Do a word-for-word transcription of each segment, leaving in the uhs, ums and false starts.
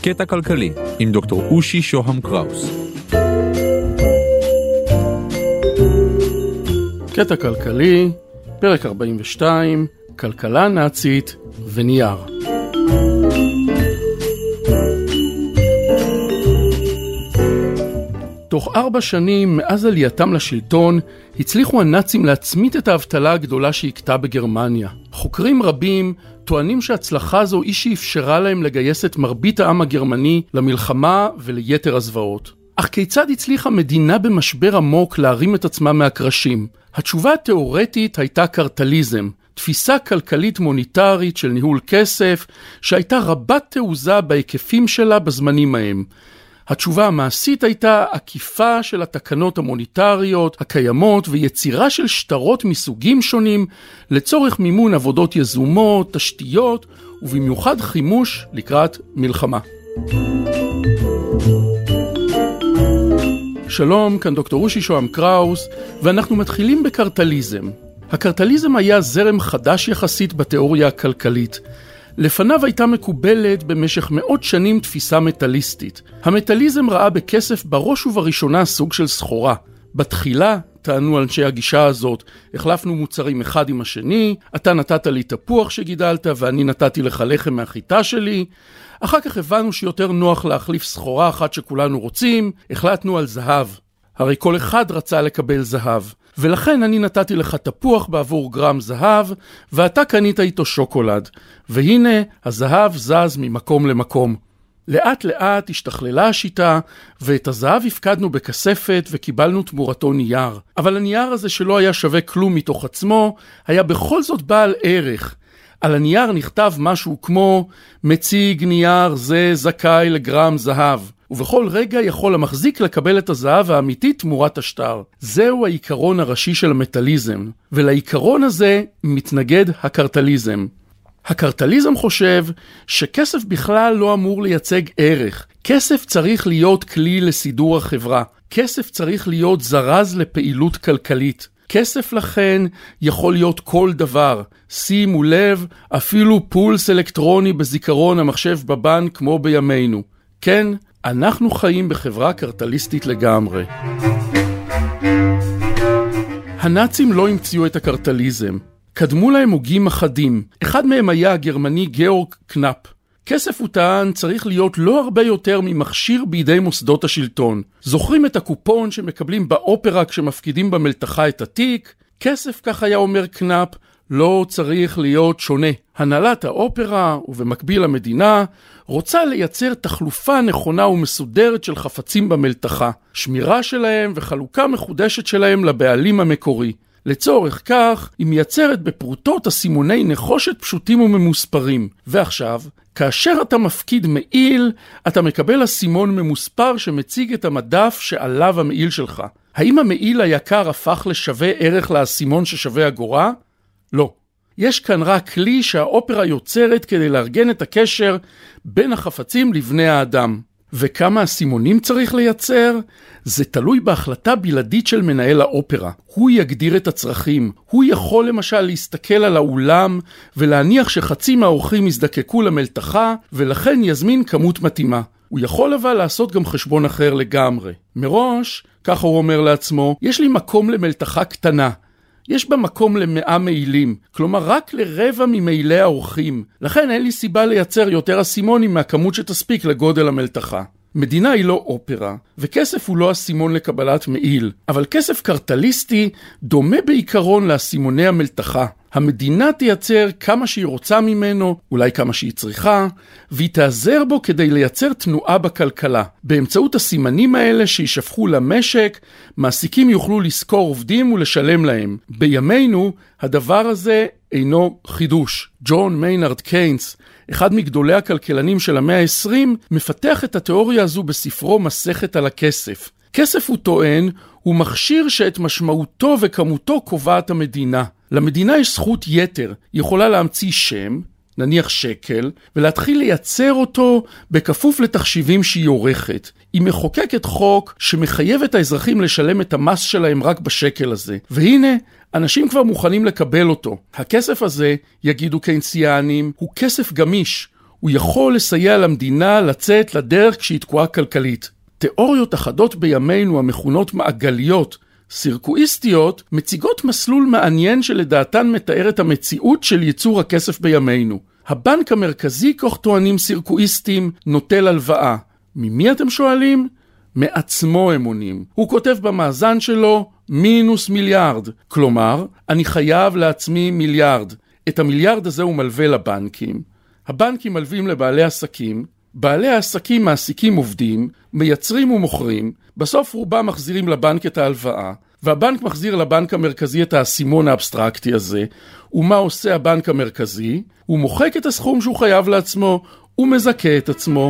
קטע כלכלי עם דוקטור אושי שוהם קראוס. קטע כלכלי, פרק ארבעים ושתיים, כלכלה נאצית ונייר. תוך ארבע שנים מאז עלייתם לשלטון, הצליחו הנאצים להצמית את האבטלה הגדולה שהכתה בגרמניה. חוקרים רבים טוענים שההצלחה זו היא שאפשרה להם לגייס את מרבית העם הגרמני למלחמה וליתר הזוועות. אך כיצד הצליחה מדינה במשבר עמוק להרים את עצמה מהקרשים? התשובה התיאורטית הייתה קרטליזם, תפיסה כלכלית מוניטרית של ניהול כסף, שהייתה רבת תעוזה בהיקפים שלה בזמנים ההם. התשובה המעשית הייתה עקיפה של התקנות המוניטריות הקיימות ויצירה של שטרות מסוגים שונים לצורך מימון עבודות יזומות, תשתיות ובמיוחד חימוש לקראת מלחמה. שלום, כאן דוקטור אושי שוהם קראוס, ואנחנו מתחילים בקרטליזם. הקרטליזם היה זרם חדש יחסית בתיאוריה הכלכלית. לפניו הייתה מקובלת במשך מאות שנים תפיסה מטליסטית. המטליזם ראה בכסף בראש ובראשונה סוג של סחורה. בתחילה, טענו אנשי הגישה הזאת, החלפנו מוצרים אחד עם השני, אתה נתת לי תפוח שגידלת ואני נתתי לך לחם מהחיטה שלי. אחר כך הבנו שיותר נוח להחליף סחורה אחת שכולנו רוצים, החלטנו על זהב. הרי כל אחד רצה לקבל זהב. ולכן אני נתתי לך תפוח בעבור גרם זהב, ואתה קנית איתו שוקולד. והנה, הזהב זז ממקום למקום. לאט לאט השתכללה השיטה, ואת הזהב הפקדנו בכספת וקיבלנו תמורתו נייר. אבל הנייר הזה שלא היה שווה כלום מתוך עצמו, היה בכל זאת בעל ערך. על הנייר נכתב משהו כמו, מציג נייר זה זכאי לגרם זהב. ובכל רגע יכול המחזיק לקבל את הזהב האמיתי תמורת השטר. זהו העיקרון הראשי של המטליזם, ולעיקרון הזה מתנגד הקרטליזם. הקרטליזם חושב שכסף בכלל לא אמור לייצג ערך. כסף צריך להיות כלי לסידור החברה. כסף צריך להיות זרז לפעילות כלכלית. כסף לכן יכול להיות כל דבר. שימו לב, אפילו פולס אלקטרוני בזיכרון המחשב בבנק כמו בימינו. כן, אנחנו חיים בחברה קרטליסטית לגמרי. הנאצים לא המציאו את הקרטליזם. קדמו להם הוגים אחדים. אחד מהם היה הגרמני גאורג קנאפ. כסף הוא טען צריך להיות לא הרבה יותר ממכשיר בידי מוסדות השלטון. זוכרים את הקופון שמקבלים באופרה כשמפקידים במלתחה את התיק? כסף, כך היה אומר קנאפ, לא צריך להיות שונה. הנהלת האופרה ובמקביל המדינה רוצה לייצר תחלופה נכונה ומסודרת של חפצים במלתחה, שמירה שלהם וחלוקה מחודשת שלהם לבעלים המקורי. לצורך כך היא מייצרת בפרוטות הסימוני נחושת פשוטים וממוספרים. ועכשיו, כאשר אתה מפקיד מעיל, אתה מקבל הסימון ממוספר שמציג את המדף שעליו המעיל שלך. האם המעיל היקר הפך לשווה ערך לאסימון ששווה אגורה? לא. יש כאן רק כלי שהאופרה יוצרת כדי לארגן את הקשר בין החפצים לבני האדם. וכמה הסימונים צריך לייצר? זה תלוי בהחלטה בלעדית של מנהל האופרה. הוא יגדיר את הצרכים. הוא יכול למשל להסתכל על האולם ולהניח שחצי מהאורחים יזדקקו למלתחה ולכן יזמין כמות מתאימה. הוא יכול אבל לעשות גם חשבון אחר לגמרי. מראש, ככה הוא אומר לעצמו, יש לי מקום למלתחה קטנה. יש בה מקום למאה מעילים, כלומר רק לרבע ממעילי האורחים. לכן אין לי סיבה לייצר יותר אסימונים מהכמות שתספיק לגודל המלתחה. מדינה היא לא אופרה, וכסף הוא לא אסימון לקבלת מעיל. אבל כסף קרטליסטי דומה בעיקרון לאסימוני המלתחה. המדינה תייצר כמה שהיא רוצה ממנו, אולי כמה שהיא צריכה, והיא תעזר בו כדי לייצר תנועה בכלכלה. באמצעות הסימנים האלה שישפכו למשק, מעסיקים יוכלו לשכור עובדים ולשלם להם. בימינו, הדבר הזה אינו חידוש. ג'ון מיינרד קיינס, אחד מגדולי הכלכלנים של המאה ה-עשרים, מפתח את התיאוריה הזו בספרו מסכת על הכסף. כסף, הוא טוען, הוא מכשיר שאת משמעותו וכמותו קובעת המדינה. למדינה יש זכות יתר, היא יכולה להמציא שם, נניח שקל, ולהתחיל לייצר אותו בכפוף לתחשיבים שהיא עורכת. היא מחוקקת חוק שמחייב את האזרחים לשלם את המס שלהם רק בשקל הזה. והנה, אנשים כבר מוכנים לקבל אותו. הכסף הזה, יגידו קיינסיאנים, הוא כסף גמיש. הוא יכול לסייע למדינה לצאת לדרך כשהיא תקועה כלכלית. תיאוריות אחדות בימינו המכונות מעגליות, סירקואיסטיות, מציגות מסלול מעניין שלדעתן מתאר את המציאות של ייצור הכסף בימינו. הבנק המרכזי, כך טוענים סירקואיסטים, נוטל הלוואה. ממי אתם שואלים? מעצמו הם עונים. הוא כותב במאזן שלו מינוס מיליארד. כלומר, אני חייב לעצמי מיליארד. את המיליארד הזה הוא מלווה לבנקים. הבנקים מלווים לבעלי עסקים. בעלי העסקים מעסיקים עובדים, מייצרים ומוכרים. בסוף רובם מחזירים לבנק את ההלוואה. והבנק מחזיר לבנק המרכזי את האסימון האבסטרקטי הזה. ומה עושה הבנק המרכזי? הוא מוחק את הסכום שהוא חייב לעצמו. הוא מזכה את עצמו.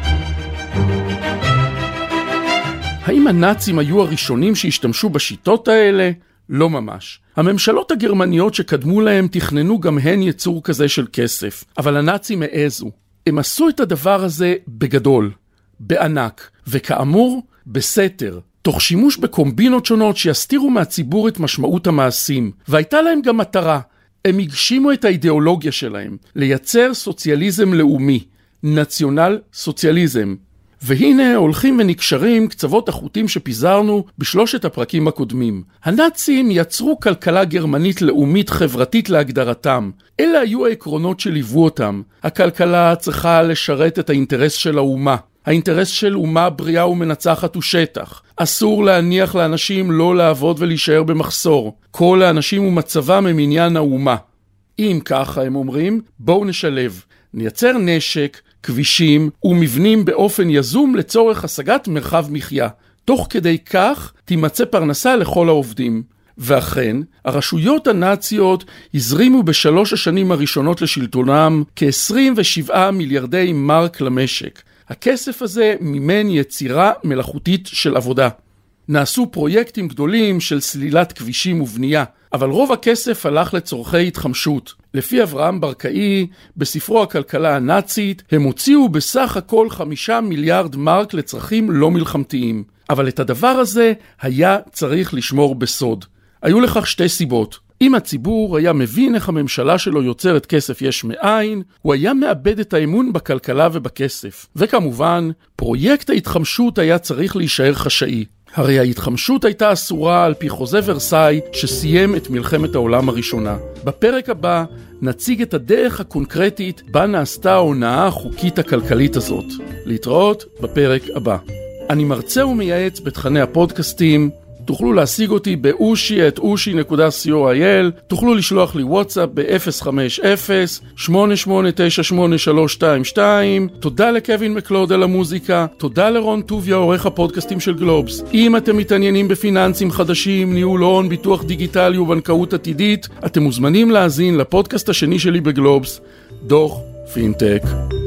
האם הנאצים היו הראשונים שהשתמשו בשיטות האלה? לא ממש. הממשלות הגרמניות שקדמו להם תכננו גם הן יצור כזה של כסף, אבל הנאצים העזו. הם עשו את הדבר הזה בגדול, בענק, וכאמור, בסתר, תוך שימוש בקומבינות שונות שיסתירו מהציבור את משמעות המעשים, והייתה להם גם מטרה. הם הגשימו את האידיאולוגיה שלהם, לייצר סוציאליזם לאומי, נציונל סוציאליזם. והנה הולכים ונקשרים קצוות החוטים שפיזרנו בשלושת הפרקים הקודמים. הנאצים יצרו כלכלה גרמנית לאומית חברתית להגדרתם. אלה היו העקרונות שליוו אותם. הכלכלה צריכה לשרת את האינטרס של האומה. האינטרס של אומה בריאה ומנצחת הוא שטח. אסור להניח לאנשים לא לעבוד ולהישאר במחסור. כל האנשים ומצבם הם עניין האומה. אם ככה הם אומרים, בואו נשלב. נייצר נשק, כבישים ומבנים באופן יזום לצורך השגת מרחב מחיה. תוך כדי כך תימצא פרנסה לכל העובדים. ואכן, הרשויות הנאציות הזרימו בשלוש השנים הראשונות לשלטונם כ-עשרים ושבעה מיליארדי מרק למשק. הכסף הזה מימן יצירה מלאכותית של עבודה. נעשו פרויקטים גדולים של סלילת כבישים ובנייה, אבל רוב הכסף הלך לצורכי התחמשות. לפי אברהם ברקאי, בספרו הכלכלה הנאצית, הם הוציאו בסך הכל חמישה מיליארד מרק לצרכים לא מלחמתיים. אבל את הדבר הזה היה צריך לשמור בסוד. היו לכך שתי סיבות. אם הציבור היה מבין איך הממשלה שלו יוצרת כסף יש מאין, הוא היה מאבד את האמון בכלכלה ובכסף. וכמובן, פרויקט ההתחמשות היה צריך להישאר חשאי. הרי ההתחמשות הייתה אסורה על פי חוזה ורסאי שסיים את מלחמת העולם הראשונה. בפרק הבא נציג את הדרך הקונקרטית בה נעשתה ההונאה החוקית הכלכלית הזאת. להתראות בפרק הבא. אני מרצה ומייעץ בתכני הפודקאסטים. תוכלו להשיג אותי באושי את אושי נקודה סי או איי אל, תוכלו לשלוח לי וואטסאפ ב-אפס חמש אפס שמונה שמונה תשע שמונה שלוש שתיים שתיים. תודה לקווין מקלוד על המוזיקה, תודה לרון טוביה עורך הפודקאסטים של גלובס. אם אתם מתעניינים בפיננסים חדשים, ניהול הון, ביטוח דיגיטלי ובנקאות עתידית, אתם מוזמנים להאזין לפודקאסט השני שלי בגלובס, דוח פינטק.